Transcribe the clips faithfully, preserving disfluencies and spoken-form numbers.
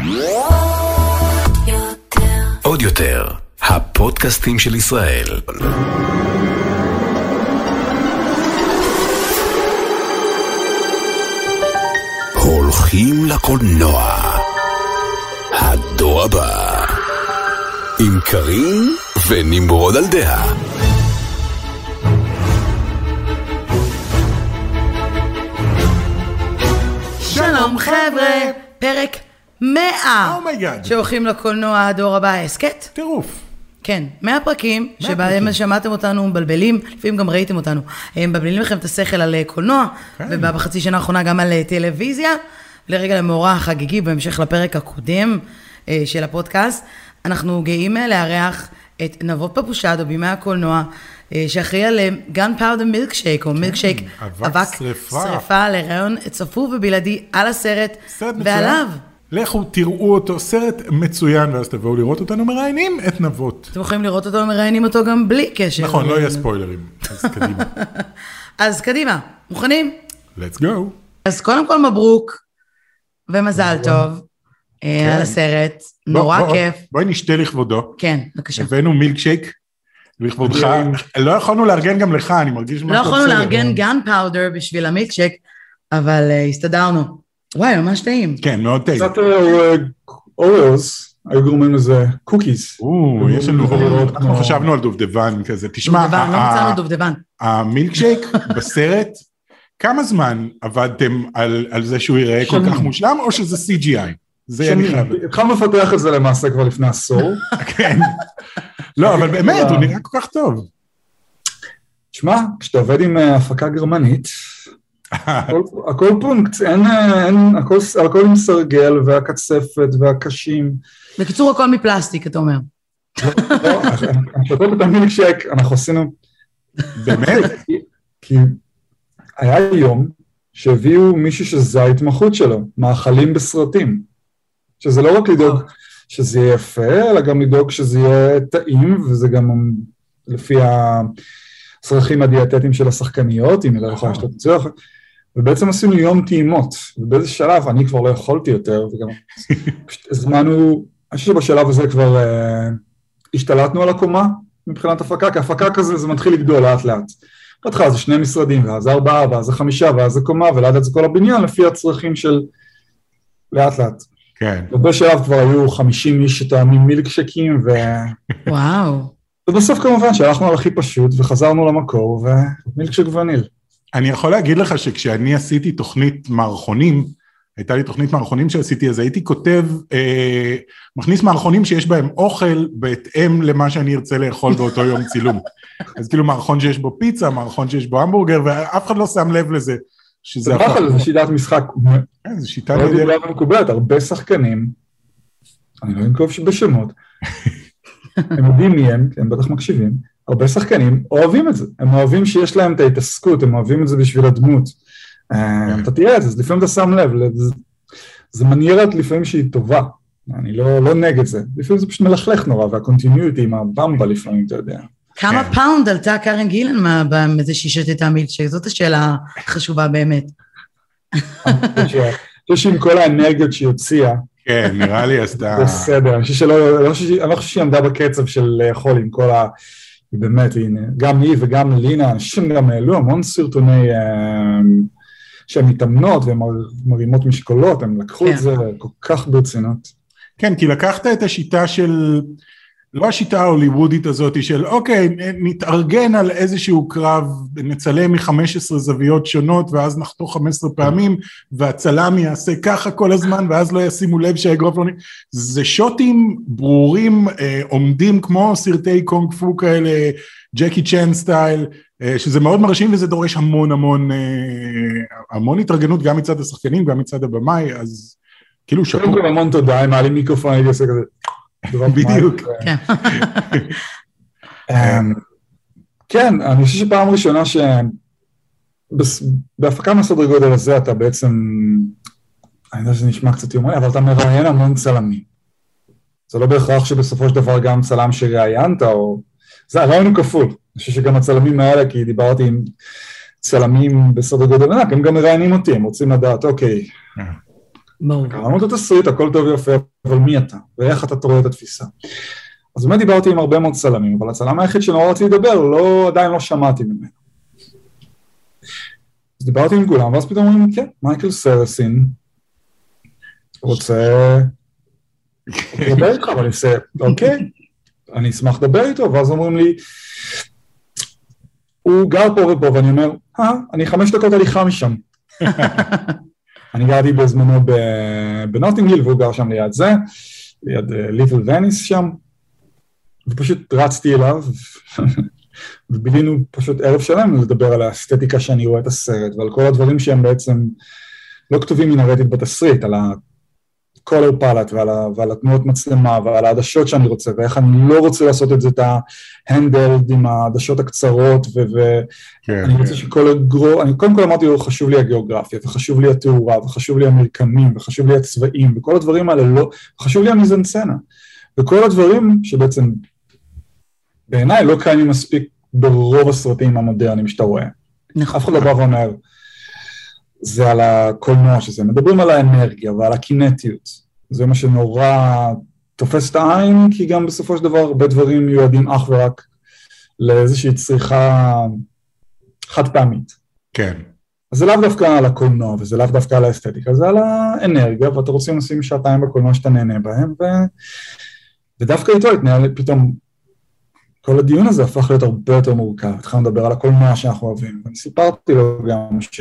עוד יותר, הפודקאסטים של ישראל. הולכים לקולנוע. הדור הבא. עם קרים ונמרוד על דעה. שלום חבר'ה, פרק מאה אומייגאד. שהולכים לקולנוע הדור הבא, הסקט? טירוף. כן, מאה פרקים שבהם שמעתם אותנו מבלבלים, לפעמים גם ראיתם אותנו, הם מבלבלים לכם את השכל על קולנוע, ובחצי שנה האחרונה גם על טלוויזיה, לרגע למאורע החגיגי בהמשך לפרק הקודם של הפודקאסט, אנחנו גאים לארח את נבות פפושדו בימי הקולנוע, שאחראי על גאנפאודר מילקשייק, או מילקשייק אבק שריפה לרעיון צפוף ובלעדי על הסרט ועליו. לכו תראו אותו, סרט מצוין, ואז תבואו לראות אותנו מראיינים את נבות. אתם יכולים לראות אותו, מראיינים אותו גם בלי קשר. נכון, לא יהיה ספוילרים, אז קדימה. אז קדימה, מוכנים? Let's go. אז קודם כל מברוק, ומזל טוב על הסרט, נורא כיף. בואי נשתה לכבודו. כן, בבקשה. הבאנו מילקשייק, לכבודך. לא יכולנו לארגן גם לך, אני מרגיש לא יכולנו לארגן גאנפאודר בשביל המילקשייק, אבל הסתדרנו. וואי, ממש טעים. כן, מאוד טעים. קצת אוריוס, היו גורמים לזה קוקיס. או, יש לנו, אנחנו חשבנו על דובדבן כזה. תשמע, דובדבן, לא מצאנו דובדבן. המילקשייק בסרט, כמה זמן עבדתם על זה שהוא ייראה כל כך מושלם, או שזה סי ג'י איי? זה אני חייב. התחלנו לפתח את זה למעשה כבר לפני עשור. כן. לא, אבל באמת, הוא נראה כל כך טוב. תשמע, כשאתה עובד עם הפקה גרמנית, הכל פונקט, הכל עם סרגל והקצפת והקשים. בקיצור, הכל מפלסטיק, אתה אומר. לא, שתות את המילקשייק, אנחנו עשינו... באמת? כי היה יום שהביאו מישהו שזה ההתמחות שלו, מאכלים בסרטים. שזה לא רק לדאוג שזה יהיה יפה, אלא גם לדאוג שזה יהיה טעים, וזה גם לפי הצרכים הדיאטטיים של השחקניות, אם היא לא יכולה לשתות את זה. ובעצם עשינו יום טעימות, ובאיזה שלב אני כבר לא יכולתי יותר, וגם הזמנו, אני חושב שבשלב הזה כבר אה, השתלטנו על הקומה, מבחינת הפקה, כי הפקה כזה זה מתחיל לגדול לאט לאט. בהתחלה זה שני משרדים, ואז זה ארבעה, ואז זה חמישה, ואז זה קומה, ולאט זה כל הבניין, לפי הצרכים של לאט לאט. כן. ובשלב כבר היו חמישים איש שטעמים מילקשקים, ו... וואו. ובסוף כמובן שהלכנו על הכי פשוט, וחזרנו למקור, ומילקשק וניל. אני יכול להגיד לך שכשאני עשיתי תוכנית מערכונים, הייתה לי תוכנית מערכונים שעשיתי, אז הייתי כותב, אה, מכניס מערכונים שיש בהם אוכל, בהתאם למה שאני ארצה לאכול באותו יום צילום. אז כאילו מערכון שיש בו פיצה, מערכון שיש בו המבורגר, ואף אחד לא שם לב לזה. זה בכלל, זה שיטת משחק. כן, זה שיטה לא דיברה ומקובלת, הרבה שחקנים, אני לא אנקוב בשמות, הם יודעים מי הם, הם בטח מקשיבים, הרבה שחקנים אוהבים את זה, הם אוהבים שיש להם את ההתעסקות, הם אוהבים את זה בשביל הדמות, אתה תראה את זה, לפעמים אתה שם לב, זה מניירת לפעמים שהיא טובה, אני לא נגד זה, לפעמים זה פשוט מלכלך נורא, והקונטיניוטי עם הבמבה לפעמים, אתה יודע. כמה פאונד עלתה קארן גילן באיזה שישת המילקשייק? זאת השאלה חשובה באמת. אני חושב שעם כל האנרגיות שהיא הוציאה, כן, נראה לי עשתה... בסדר, אני חושב שלא, אני לא חושב שהיא עמדה בקצב של לאכול עם כל ה... היא באמת, גם היא וגם לינה, אני חושב שהם גם העלו המון סרטוני שהן מתאמנות והן מרימות משקולות, הם לקחו את זה כל כך ברצינות. כן, כי לקחת את השיטה של... לא השיטה ההוליוודית הזאת של, אוקיי, נתארגן על איזשהו קרב, נצלם מ-חמש עשרה זוויות שונות, ואז נחתוך חמש עשרה פעמים, והצלם יעשה ככה כל הזמן, ואז לא ישימו לב שהאגרוף לא... זה שוטים ברורים, אה, עומדים כמו סרטי קונג פו כאלה, ג'קי צ'ן סטייל, אה, שזה מאוד מרשים, וזה דורש המון המון, אה, המון התארגנות, גם מצד השחקנים, גם מצד הבמאי, אז כאילו שפו. קודם כל המון תודה, הם מעלים מיקרופון, אני עושה כזה... בדיוק. כן, אני חושב שפעם ראשונה שבהפקה מהסדר גודל הזה אתה בעצם, אני יודע שזה נשמע קצת יומני, אבל אתה מראיין המון צלמים. זה לא בהכרח שבסופו של דבר גם צלם שראיינת, או... זה הרעיון הוא כפול. אני חושב שגם הצלמים האלה, כי דיברתי עם צלמים בסדר גודל ענק, הם גם מראיינים אותי, הם רוצים לדעת, אוקיי, ברור. קראנו את התסריט, הכל טוב ויפה, אבל מי אתה? ואיך אתה תורא את התפיסה? אז באמת דיברתי עם הרבה מאוד צלמים, אבל הצלם היחיד שנורא רציתי לדבר, לא, עדיין לא שמעתי ממנו. אז דיברתי עם כולם, ואז פתאום אומרים, כן, מייקל סרסין, רוצה לדבר איתך, ואני עושה, אוקיי, אני אשמח לדבר איתו, ואז אומרים לי, הוא גר פה ופה, ואני אומר, אה, אני חמש דקות הליכה משם. אני גרתי בזמנו בנוטינג היל, והוא גר שם ליד זה, ליד ליטל וניס שם, ופשוט רצתי אליו, ובילינו פשוט ערב שלם לדבר על האסתטיקה שאני רואה את הסרט, ועל כל הדברים שהם בעצם לא כתובים מנרטית בתסריט, על ה-color palette ועל, ועל התנועות מצלמה ועל העדשות שאני רוצה, ואיך אני לא רוצה לעשות את זה, את ה-handled עם העדשות הקצרות, ואני כן, רוצה כן. שכל הגרו, אני קודם כל אמרתי לו, חשוב לי הגיאוגרפיה, וחשוב לי התאורה, וחשוב לי המרקמים, וחשוב לי הצבעים, וכל הדברים האלה לא, חשוב לי המיזנסצנה, וכל הדברים שבעצם בעיניי לא קיימים מספיק ברוב הסרטים המודרניים שאתה רואה. נכון. אף אחד לא בא ואומר, זה על הקולנוע שזה, מדברים על האנרגיה ועל הקינטיות, זה מה שנורא תופס את העין, כי גם בסופו של דבר הרבה דברים מיועדים אך ורק לאיזושהי צריכה חד פעמית. כן. אז זה לאו דווקא על הקולנוע, וזה לאו דווקא על האסתטיקה, זה על האנרגיה, ואתה רוצים לשים שעתיים בקולנוע שאתה נהנה בהם, ו... ודווקא איתו התנהל פתאום, כל הדיון הזה הפך להיות הרבה יותר מורכב, התחלנו לדבר על הקולנוע שאנחנו אוהבים, ואני סיפרתי לו גם ש...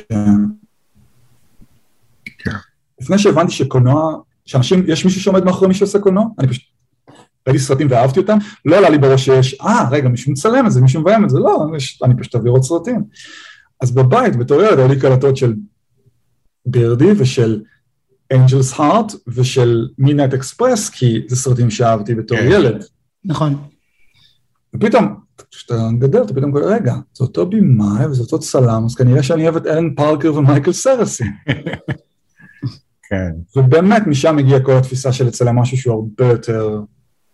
לפני שהבנתי שקולנוע, שאנשים, יש מישהו שעומד מאחורי מי שעושה קולנוע, אני פשוט, ראיתי סרטים ואהבתי אותם, לא עלה לי בראש שיש, אה, רגע, מישהו מצלם את זה, מישהו מביים את זה, לא, אני פשוט אעביר עוד סרטים. אז בבית, בתור ילד, היו לי קלטות של בירדי ושל Angel's Heart ושל Midnight Express, כי זה סרטים שאהבתי בתור ילד. נכון. ופתאום, כשאתה גדל, אתה פתאום קורא, רגע, זה אותו בימאי וזה אותו צלם, אז כנראה שאני אוהב את אלן פארקר ומייקל סרסין. כן. ובאמת משם הגיעה כל התפיסה של לצלם משהו שהוא הרבה יותר...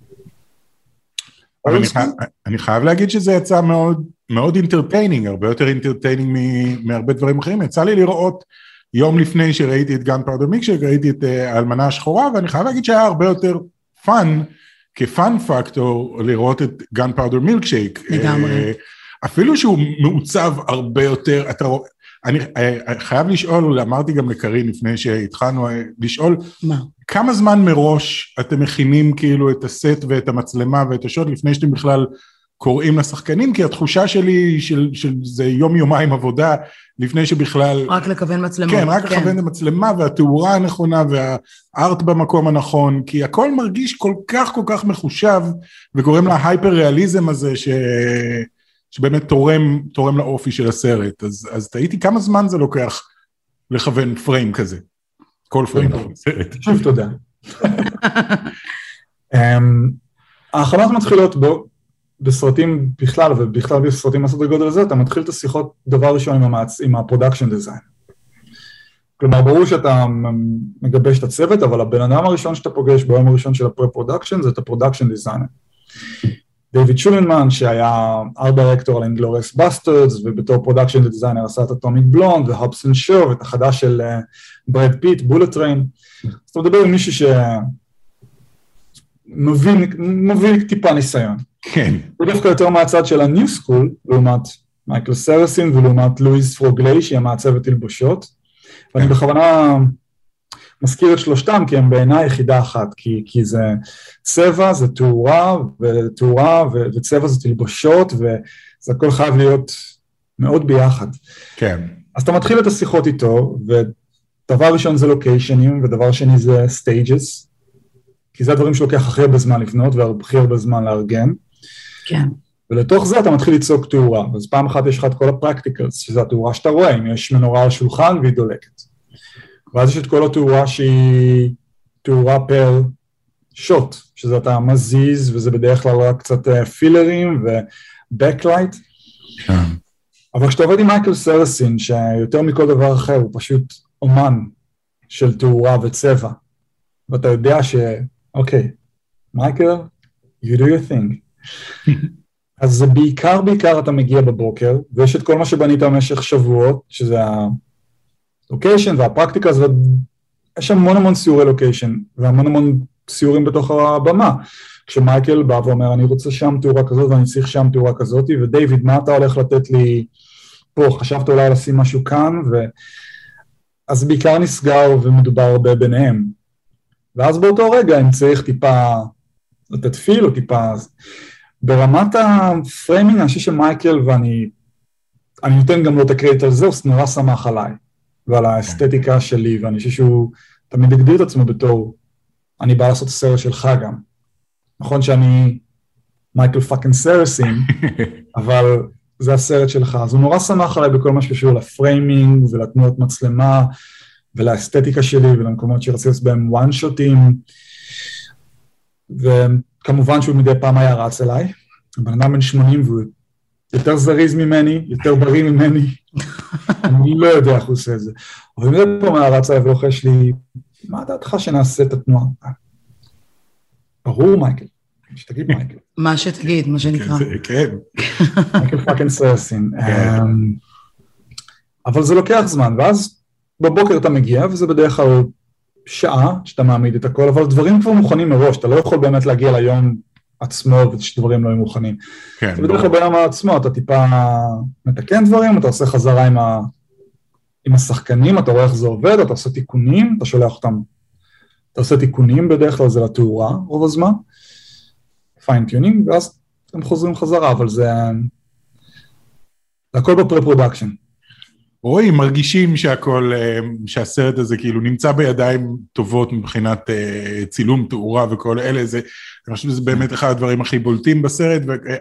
אבל אני חייב, אני חייב להגיד שזה יצא מאוד, מאוד אינטרטיינינג, הרבה יותר אינטרטיינינג מהרבה דברים אחרים. יצא לי לראות יום לפני שראיתי את גאנפאודר מילקשייק, ראיתי את האלמנה השחורה, ואני חייב להגיד שהיה הרבה יותר פאן, כפאן פקטור, לראות את גאנפאודר מילקשייק. לגמרי. אפילו שהוא מעוצב הרבה יותר, אתה רואה, אני חייב לשאול, אמרתי גם לקרין לפני שהתחלנו לשאול, מה? כמה זמן מראש אתם מכינים כאילו את הסט ואת המצלמה ואת השוט, לפני שאתם בכלל קוראים לשחקנים, כי התחושה שלי של, של זה יום יומיים עבודה, לפני שבכלל... רק לכוון מצלמות. כן, רק כן. לכוון המצלמה והתאורה הנכונה והארט במקום הנכון, כי הכל מרגיש כל כך כל כך מחושב, וגורם להייפר ריאליזם הזה ש... שבאמת תורם, תורם לאופי של הסרט. אז, אז תהיתי כמה זמן זה לוקח לכוון פריים כזה. כל פריים בסרט. שוב תודה. ההכנות מתחילות בו, בסרטים בכלל, ובכלל בסרטים מהסרט גודל הזה, אתה מתחיל את השיחות דבר ראשון עם, המעצ... עם הפרודקשן דיזיין. כלומר, ברור שאתה מגבש את הצוות, אבל הבן אדם הראשון שאתה פוגש ביום הראשון של הפרודקשן, זה את הפרודקשן דיזיינר. דיוויד שולנמן, שהיה ארט דירקטור על אינגלוריוס בסטרדס, ובתור פרודקשן דיזיינר עשה את אטומיק בלונד, והובסון שו, ואת החדש של ברד פיט, בולט טריין. אז אתה מדבר עם מישהו שמוביל טיפה ניסיון. כן. הוא דווקא יותר מהצד של הניו סקול, לעומת מייקל סרסין, ולעומת לואיז פרוגלי, שהיא המעצבת תלבושות. ואני בכוונה... מזכיר את שלושתם, כי הם בעיניי יחידה אחת, כי, כי זה צבע, זה תאורה, ותאורה, ו, וצבע זה תלבושות, וזה הכל חייב להיות מאוד ביחד. כן. אז אתה מתחיל את השיחות איתו, ודבר ראשון זה לוקיישנים, ודבר שני זה סטייג'ס, כי זה הדברים שלוקח הכי הרבה זמן לבנות, והכי הרבה זמן לארגן. כן. ולתוך זה אתה מתחיל ליצוק תאורה, אז פעם אחת יש לך את כל הפרקטיקלס, שזה התאורה שאתה רואה, אם יש מנורה על שולחן והיא דולקת. ואז יש את כל התאורה שהיא תאורה פר שוט, שזה אתה מזיז, וזה בדרך כלל רק קצת פילרים ובקלייט. אבל כשאתה עובד עם מייקל סרסין, שיותר מכל דבר אחר, הוא פשוט אומן של תאורה וצבע, ואתה יודע ש... אוקיי, מייקל, you do your thing. אז זה בעיקר, בעיקר אתה מגיע בבוקר, ויש את כל מה שבנית במשך שבועות, שזה ה... לוקיישן והפרקטיקה, יש המון המון סיורי לוקיישן, והמון המון סיורים בתוך הבמה, כשמייקל בא ואומר, אני רוצה שם תאורה כזאת, ואני צריך שם תאורה כזאת, ודייוויד, מה אתה הולך לתת לי פה? חשבת אולי לשים משהו כאן, ו... אז בעיקר נסגר ומדובר הרבה ביניהם. ואז באותו רגע, אם צריך טיפה לתת פיל או טיפה... ברמת הפריימינג, אני חושב שמייקל, ואני אני נותן גם לו את הקרדיט על זה, הוא נורא שמח עליי, ועל האסתטיקה שלי, ואני חושב שהוא תמיד הגדיר את עצמו בתור, אני בא לעשות הסרט שלך גם. נכון שאני מייקל פאקינג סרסין, אבל זה הסרט שלך. אז הוא נורא שמח עליי בכל מה שקשור לפריימינג, ולתנועות מצלמה, ולאסתטיקה שלי, ולמקומות שרציתי לעשות בהם וואן שוטים, וכמובן שהוא מדי פעם היה רץ אליי, הבן אדם בן שמונים והוא יותר זריז ממני, יותר בריא ממני, אני לא יודע איך הוא עושה את זה. אבל מדי פעם היה רץ אליי ולוחש לי, מה דעתך שנעשה את התנועה? ברור מייקל, שתגיד מייקל. מה שתגיד, מה שנקרא. כן. מייקל פאקינג סרסין. אבל זה לוקח זמן, ואז בבוקר אתה מגיע, וזה בדרך כלל שעה שאתה מעמיד את הכל, אבל דברים כבר מוכנים מראש, אתה לא יכול באמת להגיע ליום עצמו, ושדברים לא יהיו מוכנים. כן. זה בדרך כלל ביום עצמו, אתה טיפה מתקן דברים, אתה עושה חזרה עם, ה... עם השחקנים, אתה רואה איך זה עובד, אתה עושה תיקונים, אתה שולח אותם, אתה עושה תיקונים בדרך כלל, זה לתאורה רוב הזמן, פיינטיונינג, ואז הם חוזרים חזרה, אבל זה, זה הכל בפרה-פרודקשן. רואים, מרגישים שהכל, שהסרט הזה כאילו נמצא בידיים טובות מבחינת צילום, תאורה וכל אלה, זה, אני חושב שזה באמת אחד הדברים הכי בולטים בסרט,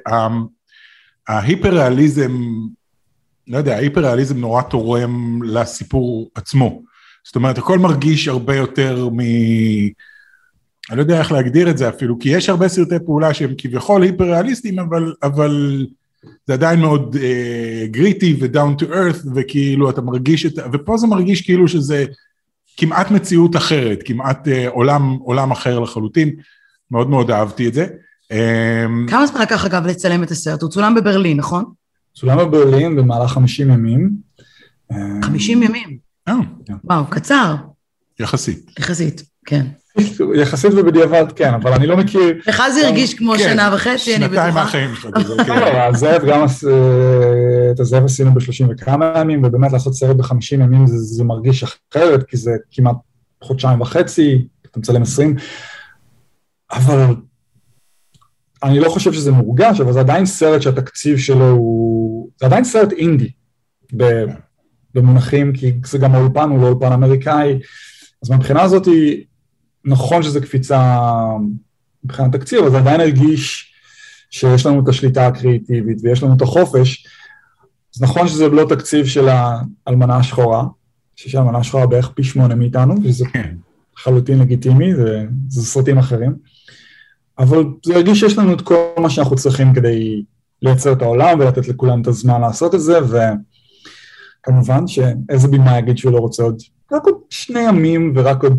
וההיפר-ריאליזם, לא יודע, ההיפר-ריאליזם נורא תורם לסיפור עצמו, זאת אומרת, הכל מרגיש הרבה יותר מ... אני לא יודע איך להגדיר את זה אפילו, כי יש הרבה סרטי פעולה שהם כביכול היפר-ריאליסטיים, אבל... אבל זה עדיין מאוד גריטי ו-down to earth, וכאילו אתה מרגיש את, ופה זה מרגיש כאילו שזה כמעט מציאות אחרת, כמעט uh, עולם, עולם אחר לחלוטין, מאוד מאוד אהבתי את זה. כמה זמן לקח אגב לצלם את הסרט? הוא צולם בברלין, נכון? צולם בברלין במהלך חמישים ימים. חמישים ימים? אה. וואו, קצר. יחסית. יחסית, כן. יחסית ובדיעבד, כן, אבל אני לא מכיר... לך זה הרגיש כמו שנה וחצי, אני בטוחה. שנתיים מהחיים שלך. הזאב, גם את הזאב עשינו בשלושים וכמה ימים, ובאמת לעשות סרט בחמישים ימים זה מרגיש אחרת, כי זה כמעט חודשיים וחצי, אתה מצלם עשרים, אבל אני לא חושב שזה מורגש, אבל זה עדיין סרט שהתקציב שלו הוא... זה עדיין סרט אינדי, במונחים, כי זה גם האולפן, הוא לא אולפן אמריקאי, אז מבחינה הזאת היא... נכון שזה קפיצה מבחינת תקציב, אבל זה עדיין הרגיש שיש לנו את השליטה הקריאיטיבית ויש לנו את החופש, אז נכון שזה לא תקציב של האלמנה השחורה, שיש האלמנה השחורה בערך פי שמונה מאיתנו, וזה חלוטין לגיטימי, זה, זה סרטים אחרים, אבל זה הרגיש שיש לנו את כל מה שאנחנו צריכים כדי לייצר את העולם ולתת לכולם את הזמן לעשות את זה, וכמובן שאיזה בימה יגיד שהוא לא רוצה עוד, רק עוד שני ימים ורק עוד...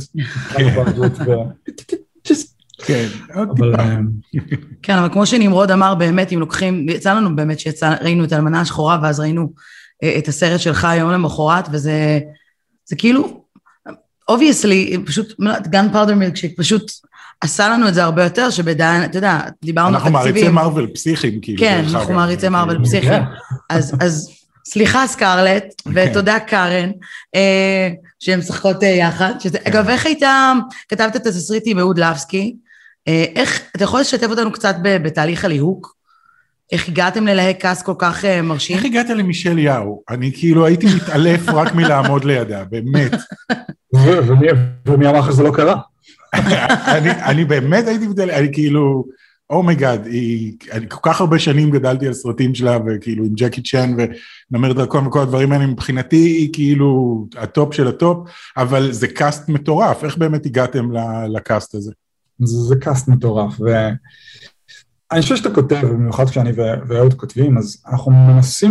כן, אבל כמו שנמרוד אמר, באמת, אם לוקחים, יצא לנו באמת שראינו את האלמנה השחורה, ואז ראינו את הסרט שלך יום למחרת, וזה כאילו, obviously, פשוט, גן פאודר מילקשייק, פשוט עשה לנו את זה הרבה יותר, שבדיין, אתה יודע, דיברנו על תקציבים. אנחנו מעריצי מרוול פסיכיים, כאילו. כן, אנחנו מעריצי מרוול פסיכיים. אז... סליחה סקרלט, ותודה קארן, שהן משחקות יחד. אגב, איך הייתה, כתבת את התסריט עם אהוד לבסקי, איך, אתה יכול לשתף אותנו קצת בתהליך הליהוק? איך הגעתם ללהק קאסט כל כך מרשים? איך הגעת למישל יאו? אני כאילו הייתי מתעלף רק מלעמוד לידה, באמת. ומי אמר שזה לא קרה? אני באמת הייתי מתעלף, אני כאילו... אומייגאד, אני כל כך הרבה שנים גדלתי על סרטים שלה, וכאילו עם ג'קי צ'ן ונמר דרכון וכל הדברים האלה, מבחינתי היא כאילו הטופ של הטופ, אבל זה קאסט מטורף, איך באמת הגעתם לקאסט הזה? זה קאסט מטורף, ואני חושב שאתה כותב, במיוחד כשאני ואהוד כותבים, אז אנחנו מנסים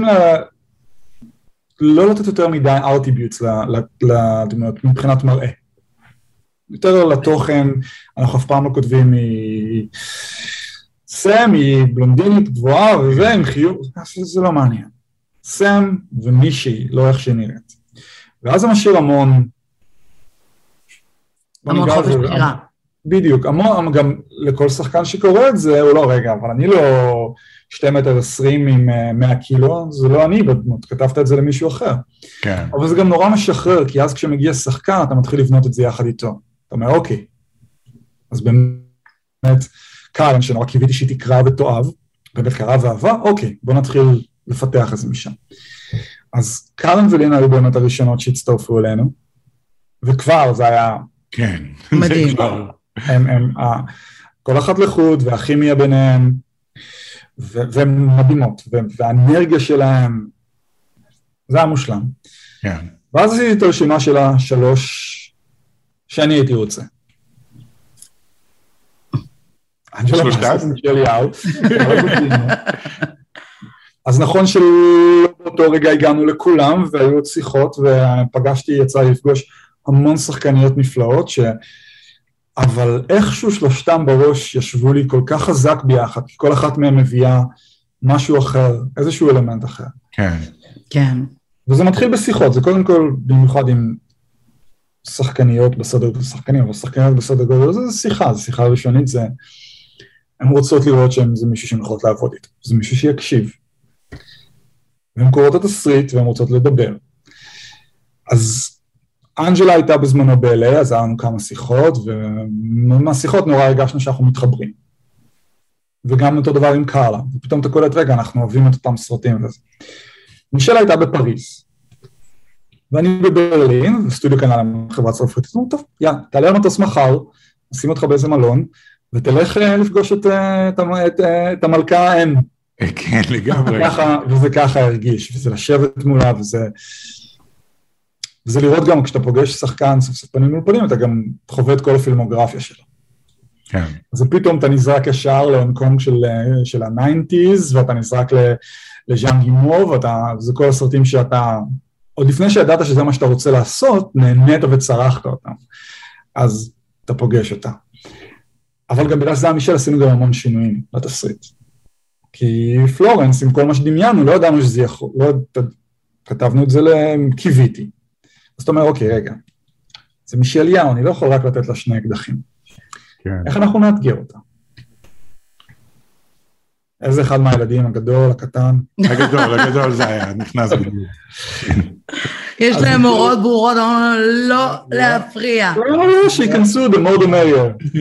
לא לתת יותר מדי ארטיביוטס לדמות, מבחינת מראה. יותר לתוכן, אנחנו אף פעם לא כותבים מ... סם היא בלונדינית גבוהה וזה עם חיוך, זה לא מעניין. סם ומישהי, לא איך שנראית. ואז זה משאיר המון המון חופש בחירה. בדיוק, המון, גם לכל שחקן שקורא את זה, הוא לא, רגע, אבל אני לא שתי מטר עשרים עם מאה קילו, זה לא אני בדמות, כתבת את זה למישהו אחר. כן. אבל זה גם נורא משחרר, כי אז כשמגיע שחקן, אתה מתחיל לבנות את זה יחד איתו. אתה אומר, אוקיי, אז באמת, קארן, שנורא קיוויתי שהיא תקרא ותאהב, באמת קרא ואהבה, אוקיי, בוא נתחיל לפתח את זה משם. אז קארן ולינה היו באמת הראשונות שהצטרפו אלינו, וכבר זה היה... כן. מדהים. הם, הם, כל אחת לחוד, והכימיה ביניהם, והן מדהימות, והאנרגיה שלהם, זה היה מושלם. כן. ואז עשיתי את הרשימה של השלוש שאני הייתי רוצה. שלושתת? אז נכון שלא באותו רגע הגענו לכולם, והיו עוד שיחות, ופגשתי, יצא לפגוש המון שחקניות נפלאות, ש... אבל איכשהו שלושתם בראש ישבו לי כל כך חזק ביחד, כי כל אחת מהם מביאה משהו אחר, איזשהו אלמנט אחר. כן. כן. וזה מתחיל בשיחות, זה קודם כל במיוחד עם שחקניות בסדר, שחקנים, אבל שחקניות בסדר גודל, זה שיחה, זה שיחה ראשונית, זה, הן רוצות לראות שזה מישהו שהן יכולות לעבוד איתו, זה מישהו שיקשיב. והן קוראות את התסריט והן רוצות לדבר. אז אנג'לה הייתה בזמנו ב-אל איי, אז היה לנו כמה שיחות, ומהשיחות נורא הרגשנו שאנחנו מתחברים. וגם אותו דבר עם קארלה, ופתאום אתה קולט, רגע, אנחנו אוהבים את אותם סרטים וזה. מישל הייתה בפריז, ואני בברלין, וסטודיו קנאל עם חברת צרפתית, טוב, יאללה, תעלה על מטוס מחר, נשים אותך באיזה מלון, ותלך לפגוש את, את, את, את המלכה האם. כן, לגמרי. וזה ככה הרגיש, וזה לשבת מולה, וזה... וזה לראות גם, כשאתה פוגש שחקן, סוף סוף פנים מול פנים, אתה גם חווה את כל הפילמוגרפיה שלו. כן. אז פתאום אתה נזרק ישר להונג קונג של, של ה-תשעים, ואתה נזרק לז'אן גימו, וזה כל הסרטים שאתה, עוד לפני שידעת שזה מה שאתה רוצה לעשות, נהנית וצרחת אותם. אז אתה פוגש אותה. אבל גם בגלל שזה מישל, עשינו גם המון שינויים לתסריט. כי פלורנס, עם כל מה שדמיינו, לא ידענו שזה יכול, לא, כתבנו את זה לקיוויתי. אז אתה אומר, אוקיי, רגע, זה מישל יאו, אני לא יכול רק לתת לה שני אקדחים. כן. איך אנחנו נאתגר אותה? איזה אחד מהילדים, הגדול, הקטן? הגדול, הגדול זה היה, נכנס בדיוק. יש להם הוראות ברורות, לא להפריע. לא, לא, שיכנסו, the more the merrier.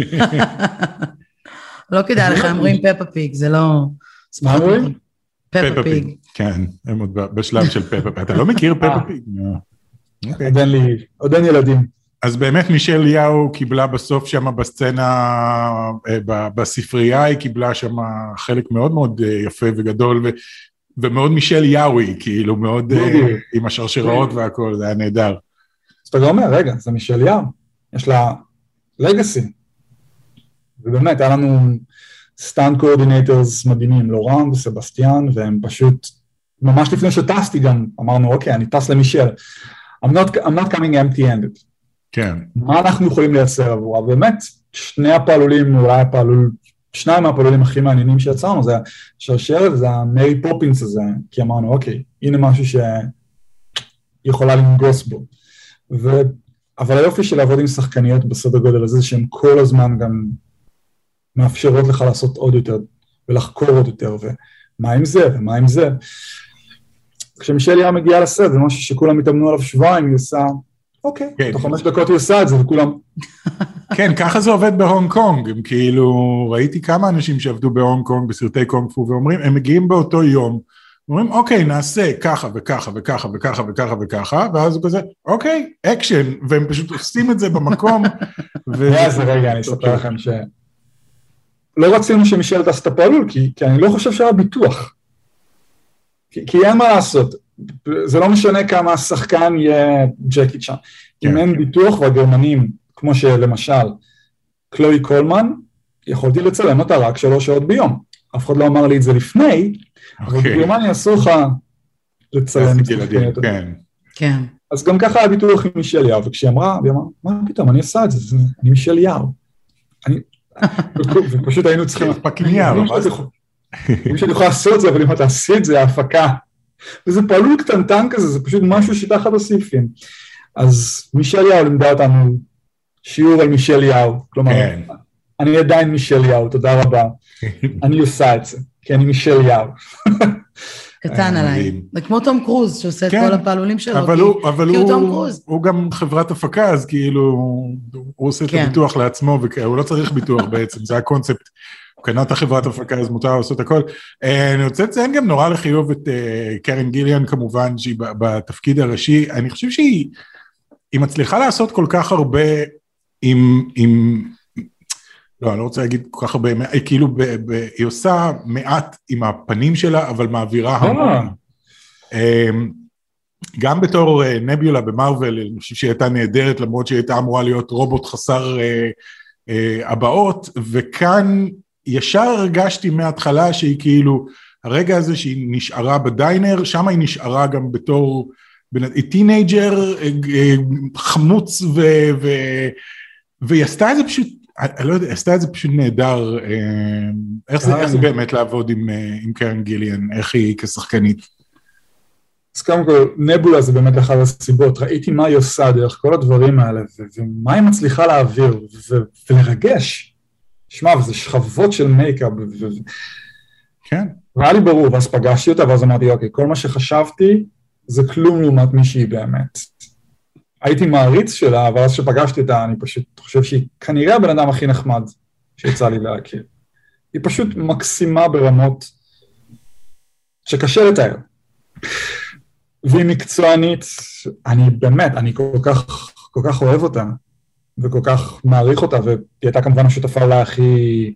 לא כדאי לך, הם רואים פפה פיג, זה לא... מה רואים? פפה פיג. כן, הם עוד בשלב של פפה פיג. אתה לא מכיר פפה פיג? עוד אין לי, עוד אין ילדים. אז באמת מישל יאו קיבלה בסוף שם בסצנה, בספרייה, היא קיבלה שם חלק מאוד מאוד יפה וגדול, ומאוד מישל יאוי, כאילו מאוד עם השרשראות והכל, זה היה נהדר. אז אתה גם אומר, רגע, זה מישל יאו, יש לה לגאסי, ובאמת, היה לנו סטאנט קואורדינטורס מדהימים, לורן וסבסטיאן, והם פשוט, ממש לפני שטסתי גם, אמרנו, אוקיי, אני טס למישל, I'm not, I'm not coming empty-handed. כן. מה אנחנו יכולים לייצר עבורה? באמת, שני הפעלולים, אולי הפעלול, שניים מהפעלולים הכי מעניינים שיצרנו, זה השרשרת, זה המרי פופינס הזה, כי אמרנו, אוקיי, הנה משהו שיכולה לנגוס בו. ו... אבל היופי של לעבוד עם שחקניות בסדר גודל הזה, שהן כל הזמן גם מאפשרות לך לעשות עוד יותר, ולחקור עוד יותר, ומה עם זה, ומה עם זה. כשמישל יאו מגיעה לסט, זה משהו שכולם התאמנו עליו שבועיים, היא עושה, אוקיי, תוך חמש דקות היא עושה את זה, וכולם... כן, ככה זה עובד בהונג קונג, הם כאילו, ראיתי כמה אנשים שעבדו בהונג קונג, בסרטי קונג פו, ואומרים, הם מגיעים באותו יום, אומרים, אוקיי, נעשה ככה וככה וככה וככה וככה וככה, ואז הוא כזה, אוקיי, אקשן, והם פשוט עושים את זה במקום. ואז רגע, אני אספר לכם ש... לא רצינו שמישל תעשה את הפעלול, כי אני לא חושב שהיה ביטוח. כי אין מה לעשות, זה לא משנה כמה השחקן יהיה ג'קי צ'אן. אם אין ביטוח והגרמנים, כמו שלמשל, קלוי קולמן, יכולתי לצלם אותה רק שלוש שעות ביום. אף אחד לא אמר לי את זה לפני, אבל בגרמניה אסור לך לצלם את זה. כן. אז גם ככה היה ביטוח עם מישל יאו, וכשהיא אמרה, היא אמרה, מה פתאום, אני עושה את זה, אני מישל יאו. ופשוט היינו צריכים... פקים יאו, מה זה? אם שאני יכול לעשות את זה, אבל אם אתה עשית את זה, ההפקה. וזה פעלול קטנטן כזה, זה פשוט משהו שתחת הסעיפים. אז מישל יאו לימדה אותנו שיעור על מישל יאו, כלומר, כן. אני עדיין מישל יאו, תודה רבה. אני עושה את זה, כי אני מישל יאו. קטן עליי. זה כמו תום קרוז, שעושה את כן, כל הפעלולים שלו, אבל כי, הוא, אבל כי הוא, הוא תום קרוז. הוא גם חברת הפקה, אז כאילו, הוא עושה כן. את הביטוח לעצמו, והוא לא צריך ביטוח בעצם, זה הקונספט. הוא קנה את החברת הפקה, אז מותר לעשות הכל. אני רוצה לציין גם נורא לחיוב את קרן גיליאן, כמובן, שהיא בתפקיד הראשי. אני חושב שהיא היא מצליחה לעשות כל כך הרבה עם, עם לא, אני לא רוצה להגיד כל כך הרבה, כאילו, ב, ב, היא עושה מעט עם הפנים שלה, אבל מעבירה המון. גם בתור נביולה במרוול, אני חושב שהיא הייתה נהדרת, למרות שהיא הייתה אמורה להיות רובוט חסר הבאות, וכאן ישר הרגשתי מההתחלה שהיא כאילו, הרגע הזה שהיא נשארה בדיינר, שם היא נשארה גם בתור, טינג'ר, חמוץ, ו, ו, והיא עשתה את זה פשוט, אני לא יודע, עשתה את זה פשוט נהדר, איך זה, איך זה באמת לעבוד עם, עם קרן גיליאן, איך היא כשחקנית? אז קודם כל, נבולה זה באמת אחת הסיבות, ראיתי מה היא עושה דרך כל הדברים האלה, ומה היא מצליחה להעביר, ולרגש, שמע, וזה שכבות של מייקאפ, כן. והיה לי ברור, ואז פגשתי אותה, ואז אמרתי, אוקיי, כל מה שחשבתי, זה כלום לעומת מי שהיא באמת. הייתי מעריץ שלה, אבל אז שפגשתי אותה, אני פשוט חושב שהיא כנראה הבן אדם הכי נחמד שיצא לי להכיר. היא פשוט מקסימה ברמות שקשה לתאר. והיא מקצוענית, אני באמת, אני כל כך, כל כך אוהב אותה, וכל כך מעריך אותה, והיא הייתה כמובן השותפה אולי הכי,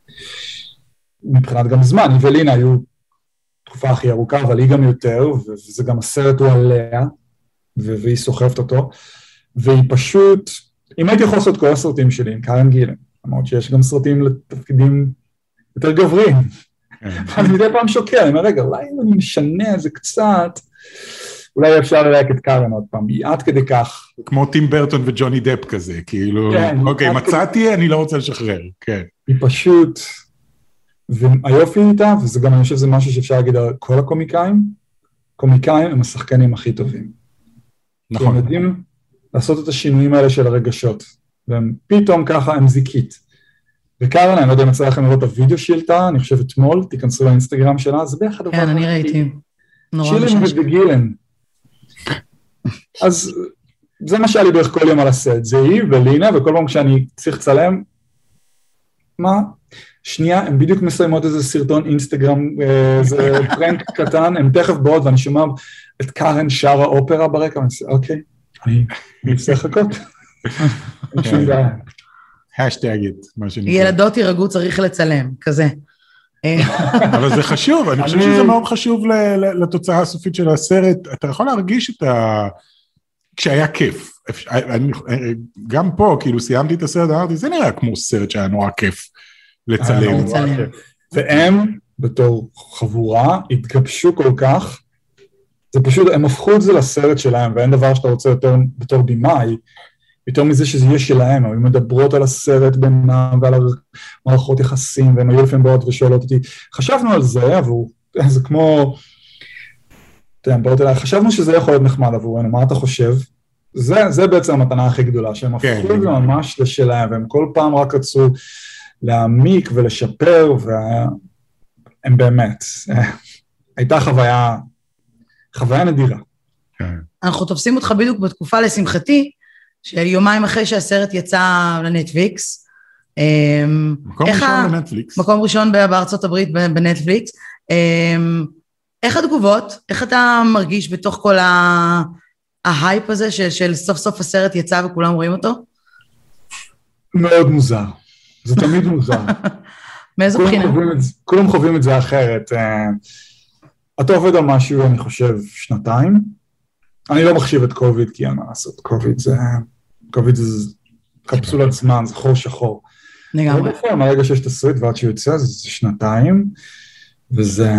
מבחינת גם זמן, היא ולינה היו תקופה הכי ארוכה, אבל היא גם יותר, וזה גם הסרט הוא עליה, והיא סוחפת אותו, והיא פשוט, אם הייתי יכול לעשות כל הסרטים שלי עם קרן גיליאן, אמרת שיש גם סרטים לתפקידים יותר גבריים, אז מדי פעם שוקל, אני אומר, רגע, אולי אם אני משנה את זה קצת, אולי אפשר ללהק את קרן עוד פעם, היא עד כדי כך. כמו טים ברטון וג'וני דפ כזה, כאילו, אוקיי, מצאתי, אני לא רוצה לשחרר, כן. היא פשוט, והיופי איתה, וזה גם אני חושב שזה משהו שאפשר להגיד על כל הקומיקאים, קומיקאים הם השחקנים הכי טובים. נכון. הם יודעים לעשות את השינויים האלה של הרגשות, והם פתאום ככה הם זיקית. וקרן, אני לא יודע אם יצא לכם לראות את הוידאו שילתה, אני חושב אתמול, תיכנסו לאינסטגרם שלה, זה ביחד דבר. כן, אני ראיתי. שילן וגילן. אז זה מה שהיה לי בערך כל יום על הסט, זה היא ולינה, וכל פעם כשאני צריך לצלם, מה? שנייה, הם בדיוק מסיימות איזה סרטון אינסטגרם, איזה פרנק קטן, הם תכף באות, ואני שומע את קרן שר האופרה ברקע, ואני אומר, אוקיי, אני רוצה לחכות. אין שום בעיה. השטגית, מה שנקרא. ילדות ירגעו צריך לצלם, כזה. אבל זה חשוב, אני חושב שזה מאוד חשוב לתוצאה הסופית של הסרט, אתה יכול להרגיש את ה... כשהיה כיף. גם פה, כאילו סיימתי את הסרט, אמרתי, זה נראה כמו סרט שהיה נורא כיף לצלם. והם, בתור חבורה, התגבשו כל כך, זה פשוט, הם הפכו את זה לסרט שלהם, ואין דבר שאתה רוצה יותר בתור בימאי, יותר מזה שזה יהיה שלהם, הם מדברות על הסרט בינם ועל מערכות יחסים, והם היו לפעמים באות ושואלות אותי, חשבנו על זה, עבור, זה כמו, אתם באות אליי, חשבנו שזה יכול להיות נחמד עבורנו, מה אתה חושב? זה, זה בעצם המתנה הכי גדולה, שהם הפכו את זה ממש לשלהם, והם כל פעם רק רצו להעמיק ולשפר, והם באמת, הייתה חוויה, חוויה נדירה. אנחנו תופסים אותך בדיוק בתקופה לשמחתי, שיומיים אחרי שהסרט יצא לנטפליקס. מקום ראשון בנטפליקס. מקום ראשון בארצות הברית בנטפליקס. איך התגובות? איך אתה מרגיש בתוך כל ההייפ הזה, של סוף סוף הסרט יצא וכולם רואים אותו? מאוד מוזר. זה תמיד מוזר. מאיזו בחינה? כולם חווים את זה אחרת. אתה עובד על משהו, אני חושב, שנתיים. אני לא מחשיב את קוביד, כי אין מה לעשות. קוביד זה, קוביד זה קפסולת זמן, זה חור שחור. לגמרי. ובפעם, מהרגע שיש תסריט ועד שיוצא, זה שנתיים, וזה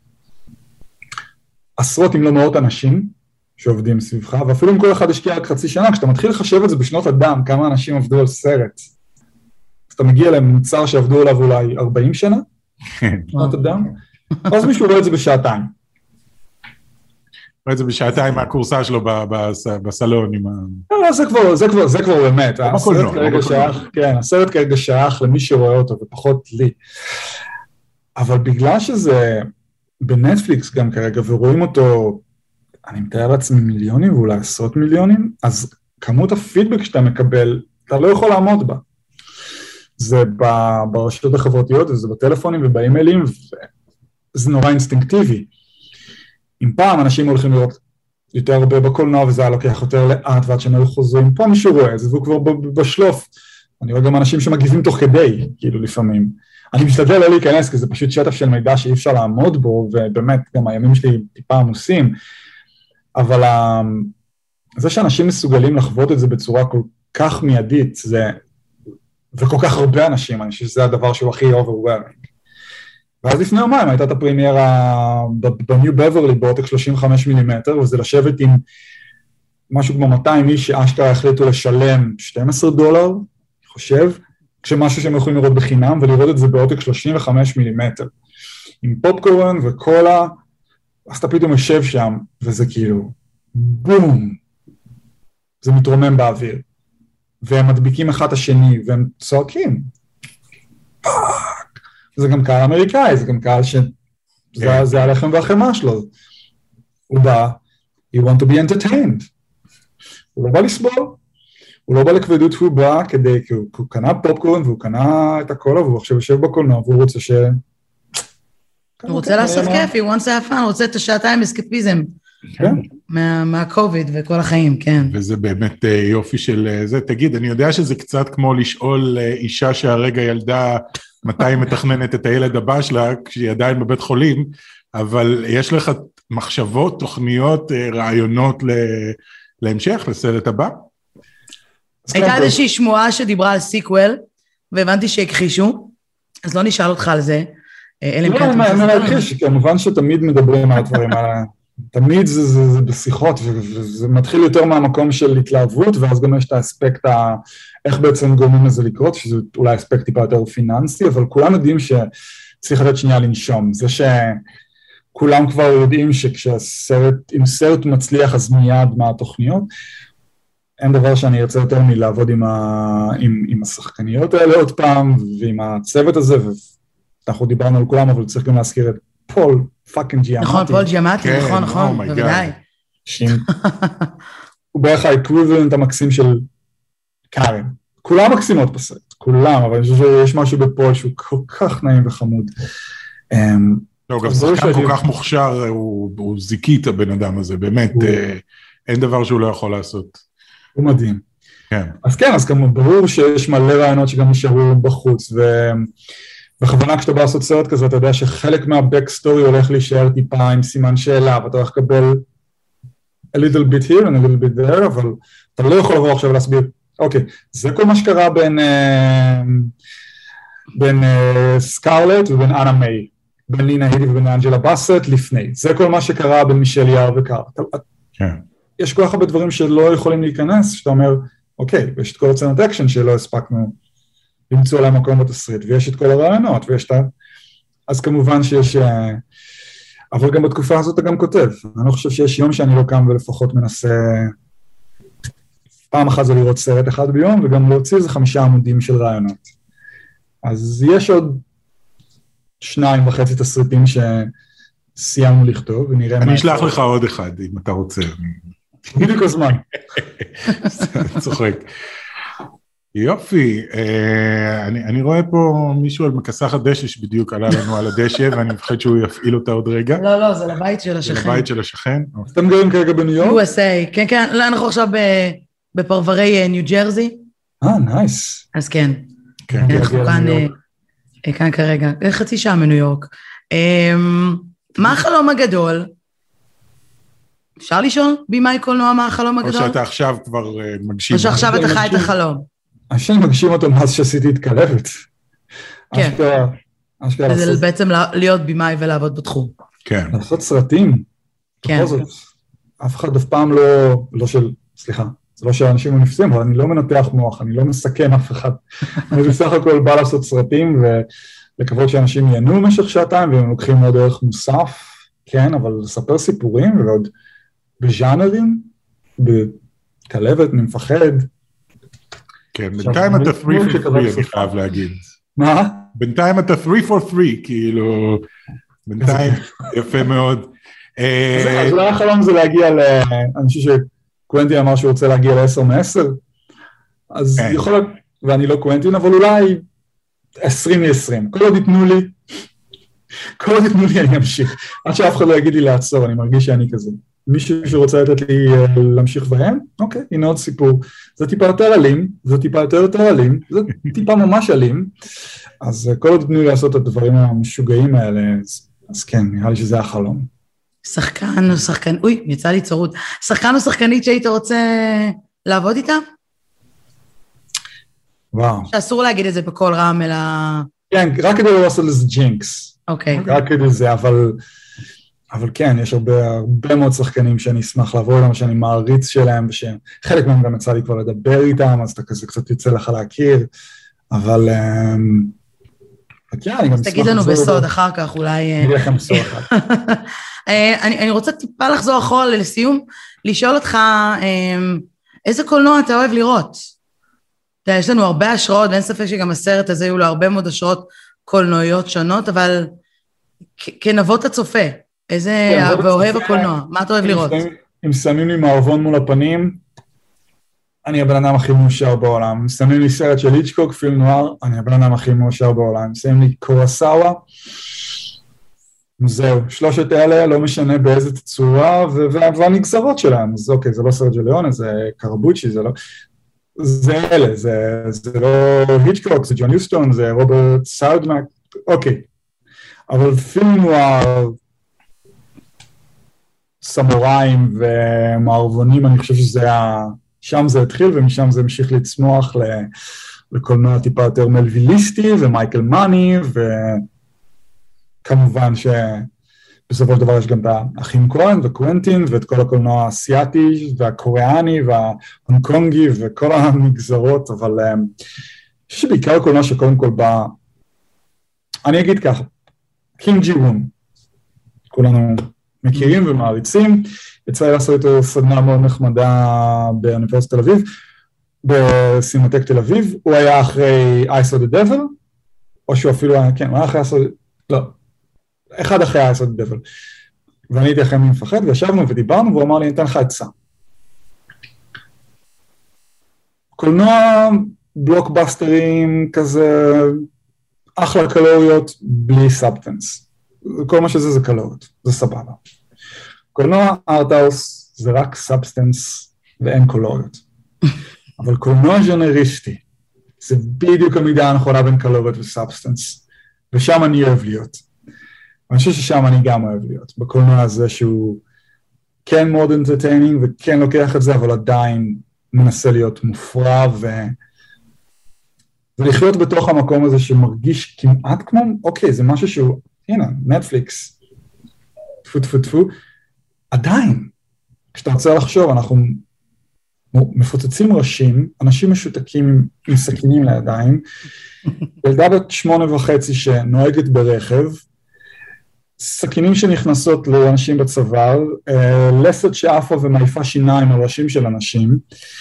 עשרות אם לא מאות אנשים שעובדים סביבך, ואפילו אם כל אחד השקיע רק חצי שנה, כשאתה מתחיל לחשב את זה בשנות אדם, כמה אנשים עבדו על סרט, אז אתה מגיע למוצר שעבדו עליו אולי ארבעים שנה, שנות אדם, אז מישהו רואה את זה בשעתיים. רואה את זה בשעתיים מהקורסה שלו בסלון עם ה... לא, זה כבר, זה כבר, זה כבר באמת. הסרט כרגע שייך, כן, הסרט כרגע שייך למי שרואה אותו, ופחות לי. אבל בגלל שזה בנטפליקס גם כרגע, ורואים אותו, אני מתאר לעצמי מיליונים, ואולי עשרות מיליונים, אז כמות הפידבק שאתה מקבל, אתה לא יכול לעמוד בה. זה ברשתות החברתיות, וזה בטלפונים ובאימיילים, וזה נורא אינסטינקטיבי. אם פעם אנשים הולכים לראות יותר הרבה בקולנוע, וזה היה לוקח יותר לאט, ועד שהם היו חוזרים, פה מישהו רואה, זה והוא כבר בשלוף. אני רואה גם אנשים שמגיבים תוך כדי, כאילו לפעמים. אני משתדל לא להיכנס, כי זה פשוט שטף של מידע שאי אפשר לעמוד בו, ובאמת גם הימים שלי טיפה עמוסים, אבל זה שאנשים מסוגלים לחוות את זה בצורה כל כך מיידית, זה, וכל כך הרבה אנשים, אני חושב שזה הדבר שהוא הכי overwhelming. ואז לפני יומיים הייתה את הפרימיירה בניו בברלי בעותק שלושים וחמישה מילימטר, וזה לשבת עם משהו כמו מאתיים איש שאשכרה החליטו לשלם שנים עשר דולר, אני חושב, כשמשהו שהם יכולים לראות בחינם, ולראות את זה בעותק שלושים וחמישה מילימטר. עם פופקורן וקולה, אז אתה פתאום יושב שם, וזה כאילו, בום, זה מתרומם באוויר. והם מדביקים אחד השני, והם צועקים. זה גם קהל אמריקאי, זה גם קהל שזה הלחם והחמה שלו. הוא בא, you want to be entertained. הוא לא בא לסבול, הוא לא בא לכבדות, הוא בא כדי, כי הוא, הוא קנה פופקורן, והוא קנה את הקולה, והוא עכשיו יושב בקולנוע, והוא רוצה ש... הוא רוצה לעשות כיף, he wants to have fun, הוא רוצה את השעתיים אסקפיזם. כן. מהקוביד וכל החיים, כן. וזה באמת יופי של זה. תגיד, אני יודע שזה קצת כמו לשאול אישה שהרגע ילדה מתי היא מתכננת את הילד הבא שלה, כשהיא עדיין בבית חולים, אבל יש לך מחשבות, תוכניות, רעיונות להמשך, לסרט הבא? הייתה איזושהי שמועה שדיברה על סיקוול, והבנתי שהכחישו, אז לא נשאל אותך על זה. לא, אני להכחיש, כמובן שתמיד מדברים על הדברים האלה. תמיד זה, זה, זה בשיחות, וזה מתחיל יותר מהמקום של התלהבות, ואז גם יש את האספקט, ה, איך בעצם גורמים לזה לקרות, שזה אולי אספקט טיפה יותר פיננסי, אבל כולם יודעים שצריך לתת שנייה לנשום. זה שכולם כבר יודעים שכשהסרט, אם סרט מצליח, אז מיד מהתוכניות, אין דבר שאני ארצה יותר מלעבוד עם, ה, עם, עם השחקניות האלה עוד פעם, ועם הצוות הזה, ואנחנו דיברנו על כולם, אבל צריך גם להזכיר את פול פאקינג ג'יאמטי. נכון, פול ג'יאמטי, נכון, נכון, בוודאי. הוא בערך האקוויבלנט המקסים של קארן. כולם מקסימות בסרט, כולם, אבל אני חושב שיש משהו בפול שהוא כל כך נעים וחמוד. לא, גם שחקן כל כך מוכשר, הוא זיקי את הבן אדם הזה, באמת, אין דבר שהוא לא יכול לעשות. הוא מדהים. אז כן, אז גם ברור שיש מלא רעיונות שגם נשארו בחוץ, ו... בכוונה כשאתה בא לעשות סרט כזה, אתה יודע שחלק מהבקסטורי הולך להישאר טיפה עם סימן שאלה, ואתה הולך לקבל a little bit here and a little bit there, אבל אתה לא יכול לבוא עכשיו להסביר, אוקיי, זה כל מה שקרה בין, בין סקארלט ובין אנה מיי, בין לינה הידי ובין אנג'לה בסט לפני, זה כל מה שקרה בין מישל יאר וקאר. יש כל כך הרבה דברים שלא יכולים להיכנס, שאתה אומר, אוקיי, יש את כל הצנת אקשן שלא הספקנו, למצוא להם מקום בתסריט, ויש את כל הרעיונות, ויש את ה... אז כמובן שיש... אבל גם בתקופה הזאת אתה גם כותב. אני לא חושב שיש יום שאני לא קם ולפחות מנסה... פעם אחת זה לראות סרט אחד ביום, וגם להוציא איזה חמישה עמודים של רעיונות. אז יש עוד שניים וחצי תסריטים שסיימנו לכתוב, ונראה... אני אשלח לך עוד אחד, אם אתה רוצה. בדיוק הזמן. צוחק. יופי, אני, אני רואה פה מישהו על מכסחת דשא שבדיוק עלה לנו על הדשא, ואני מפחד שהוא יפעיל אותה עוד רגע. לא, לא, זה לבית של השכן. זה לבית של השכן. אתם גרים כרגע בניו יורק? יו אס איי, כן, כן, לא, אנחנו עכשיו בפרברי ניו ג'רזי. אה, נייס. אז כן. כן. אנחנו כאן, כאן כרגע, חצי שעה מניו יורק. מה החלום הגדול? אפשר לשאול בימאי קולנוע מה החלום הגדול? או שאתה עכשיו כבר מגשים. או שעכשיו אתה חי את החלום. אני מגשים אותו מאז שעשיתי את כלבת. כן. זה בעצם להיות בימאי ולעבוד בתחום. כן. לעשות סרטים. כן. אף אחד אף פעם לא, לא של, סליחה, זה לא שאנשים לא נפסים, אבל אני לא מנתח מוח, אני לא מסכן אף אחד. אני בסך הכל בא לעשות סרטים ולקוות שאנשים ייהנו במשך שעתיים, והם לוקחים עוד ערך מוסף, כן, אבל לספר סיפורים, ועוד בז'אנרים, בכלבת, אני מפחד. כן, בינתיים אתה three for three, אני חייב להגיד. מה? בינתיים אתה three for three, כאילו, בינתיים יפה מאוד. אז אולי החלום זה להגיע ל... אני חושב שקוונטין אמר שהוא רוצה להגיע ל-עשר מ-עשר, אז יכול להיות, ואני לא קוונטין, אבל אולי עשרים מ-עשרים. כל עוד יתנו לי, כל עוד יתנו לי אני אמשיך. עד שאף אחד לא יגיד לי לעצור, אני מרגיש שאני כזה. מישהו שרוצה לתת לי להמשיך בהם, אוקיי, הנה עוד סיפור. זה טיפה יותר אלים, זה טיפה יותר יותר אלים, זה טיפה ממש אלים, אז כל עוד יתנו לי לעשות את הדברים המשוגעים האלה, אז, אז כן, נראה לי שזה החלום. שחקן או שחקן, אוי, יצא לי צרות. שחקן או שחקנית שהיית רוצה לעבוד איתה? וואו. שאסור להגיד את זה בכל רם, אלא... כן, רק כדי לא לעשות לזה ג'ינקס. אוקיי. רק כדי זה, אבל... אבל כן, יש הרבה, הרבה מאוד שחקנים שאני אשמח לעבור איתם, שאני מעריץ שלהם, ושחלק מהם גם יצא לי כבר לדבר איתם, אז אתה כזה קצת יוצא לך להכיר, אבל... כן, אני גם אשמח... תגיד לנו בסוד אחר כך, אולי... תגיד לכם בסוד אחר כך. אני, אני רוצה טיפה לחזור אחורה לסיום, לשאול אותך, איזה קולנוע אתה אוהב לראות? אתה, יש לנו הרבה השראות, ואין ספק שגם הסרט הזה היו לו הרבה מאוד השראות קולנועיות שונות, אבל כנבות הצופה, איזה ואוהב הקולנוע, מה אתה אוהב לראות? אם שמים לי מערבון מול הפנים, אני הבן אדם הכי מאושר בעולם. אם שמים לי סרט של היצ'קוק, פיל נואר, אני הבן אדם הכי מאושר בעולם. אם שמים לי קורוסאווה, זהו, שלושת אלה, לא משנה באיזה תצורה, והנגזרות שלהם. אז אוקיי, זה לא סרג'יו ליאונה, זה קרבוצ'י, זה לא... זה אלה, זה, זה לא היצ'קוק, זה ג'ון יוסטון, זה רוברט סאודמק, אוקיי. אבל פיל נואר, סמוראים ומערבונים, אני חושב שזה ה... שם זה התחיל, ומשם זה המשיך לצמוח לקולנוע טיפה יותר מלוויליסטי, ומייקל מאני, וכמובן שבסופו של דבר יש גם את האחים כהן וקוונטין, ואת כל הקולנוע האסייתי, והקוריאני, וההונקונגי, וכל המגזרות, אבל אני חושב שבעיקר הקולנוע שקודם כל בא, אני אגיד ככה, קים ג'י וון, כולנו מכירים ומעריצים, יצא לי לעשות איתו סדנה מאוד נחמדה באוניברסיטת תל אביב, בסינמטק תל אביב, הוא היה אחרי I saw the devil, או שהוא אפילו היה, כן, הוא היה אחרי I saw the, לא, אחד אחרי I saw the devil, ואני הייתי אחרי מי מפחד, וישבנו ודיברנו, והוא אמר לי, אני אתן לך עצה. קולנוע, בלוקבאסטרים, כזה, אחלה קלוריות, בלי סאבטנס. כל מה שזה זה קלוריות, זה סבבה. קולנוע ארטהאוס זה רק סאבסטנס ואין קולוריות. אבל קולנוע ז'אנריסטי זה בדיוק המידה הנכונה בין קלוריות וסאבסטנס, ושם אני אוהב להיות. אני חושב ששם אני גם אוהב להיות, בקולנוע הזה שהוא כן מאוד entertaining וכן לוקח את זה, אבל עדיין מנסה להיות מופרע ו... ולחיות בתוך המקום הזה שמרגיש כמעט כמו, אוקיי, זה משהו שהוא, הנה, נטפליקס, טפו טפו טפו, עדיין, כשאתה רוצה לחשוב, אנחנו מפוצצים ראשים, אנשים משותקים עם, עם סכינים לידיים, ילדה בת שמונה וחצי שנוהגת ברכב, סכינים שנכנסות לאנשים בצוואר, לסת שעפה ומעיפה שיניים על ראשים של אנשים,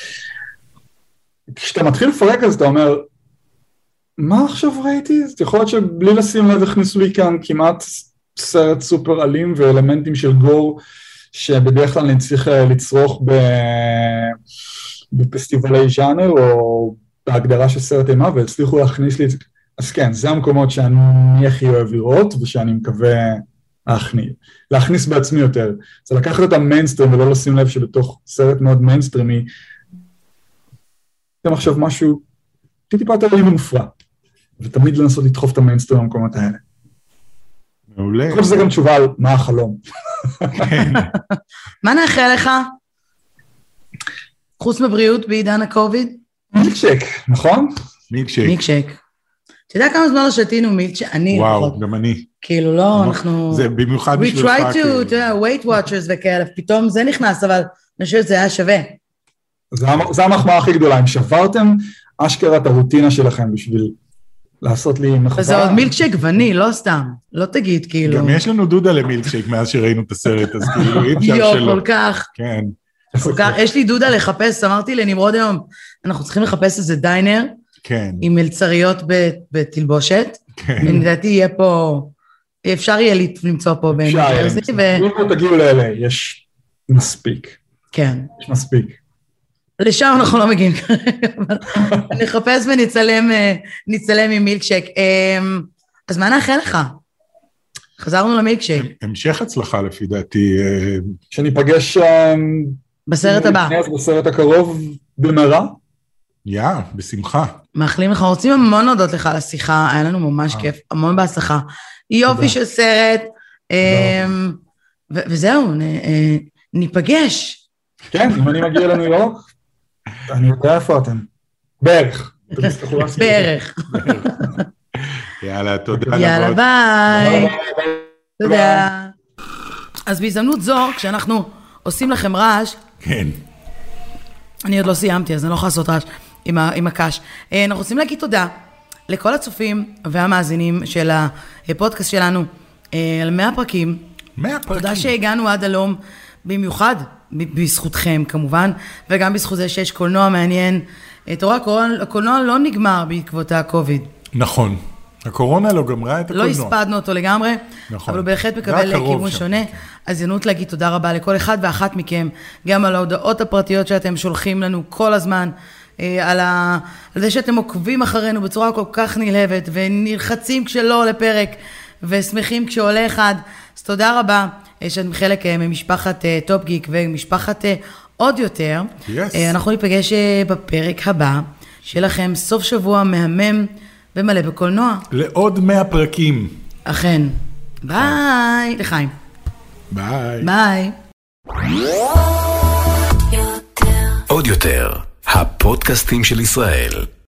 כשאתה מתחיל לפרק אז אתה אומר, מה עכשיו ראיתי? זה יכול להיות שבלי לשים לב הכניסו לי כאן כמעט סרט סופר אלים ואלמנטים של גור, שבדרך כלל אני צריך לצרוך בפסטיבלי ז'אנר, או בהגדרה של סרט אימה, והצליחו להכניס לי את זה. אז כן, זה המקומות שאני הכי אוהב לראות, ושאני מקווה להכניס, להכניס בעצמי יותר. זה לקחת את המיינסטרים, ולא לשים לב שבתוך סרט מאוד מיינסטרימי, אתם עכשיו משהו טיפה יותר אלים ומופרע, ותמיד לנסות לדחוף את המיינסטרים במקומות האלה. מעולה. כל זה גם תשובה על מה החלום. מה נאחל לך? חוץ מבריאות בעידן הקוביד? מילקשייק, נכון? מילקשייק. מילקשייק. אתה יודע כמה זמן לא שתינו מילקשייק? אני... וואו, גם אני. כאילו לא, אנחנו... זה במיוחד בשבילך. We try to, אתה יודע, weight watchers וכאלה, פתאום זה נכנס, אבל אני חושבת שזה היה שווה. זה המחמאה הכי גדולה, אם שברתם אשכרה את הרוטינה שלכם בשביל לעשות לי מחווה. וזה עוד מילקשייק וני, לא סתם, לא תגיד כאילו. גם יש לנו דודה למילקשייק מאז שראינו את הסרט, אז כאילו אי אפשר יו, שלא. כל כך. כן. כל כך, יש לי דודה לחפש, אמרתי לנמרוד היום, אנחנו צריכים לחפש איזה דיינר, כן. עם מלצריות בתלבושת, כן. ולדעתי יהיה פה, אפשר יהיה למצוא פה בין ג'רזי, ו... אם תגיעו ל-אל איי, יש מספיק. כן. יש מספיק. לשם אנחנו לא מגיעים כרגע, אבל נחפש ונצלם נצלם עם מילקשייק. אז מה נאחל לך? חזרנו למילקשייק. המשך הצלחה לפי דעתי. שניפגש בסרט הבא. בסרט הקרוב במהרה. יא, בשמחה. מאחלים לך, רוצים המון להודות לך על השיחה, היה לנו ממש כיף, המון בהצלחה. יופי של סרט, וזהו, ניפגש. כן, אם אני מגיע לניו יורק, אני יודע איפה אתם. בערך. בערך. יאללה, תודה. יאללה, ביי. תודה. אז בהזדמנות זו, כשאנחנו עושים לכם רעש, כן. אני עוד לא סיימתי, אז אני לא יכולה לעשות רעש עם, עם הקש. אנחנו רוצים להגיד תודה לכל הצופים והמאזינים של הפודקאסט שלנו, על מאה פרקים. מאה פרקים. תודה שהגענו עד הלום, במיוחד בזכותכם כמובן, וגם בזכות זה שיש קולנוע מעניין. תראה, הקולנוע לא נגמר בעקבות הקוביד. נכון. הקורונה לא גמרה את הקולנוע. לא הספדנו אותו לגמרי, נכון. אבל הוא בהחלט מקבל כיוון שונה. אז הזדמנות להגיד תודה רבה לכל אחד ואחת מכם, גם על ההודעות הפרטיות שאתם שולחים לנו כל הזמן, על, ה... על זה שאתם עוקבים אחרינו בצורה כל כך נלהבת, ונלחצים כשלא עולה פרק, ושמחים כשעולה אחד. אז תודה רבה שאתם חלק ממשפחת טופ גיק ומשפחת עוד יותר. Yes. אנחנו ניפגש בפרק הבא, שיהיה לכם סוף שבוע מהמם ומלא בקולנוע. לעוד מאה פרקים. אכן. ביי. לחיים. ביי. ביי. עוד יותר, הפודקאסטים של ישראל.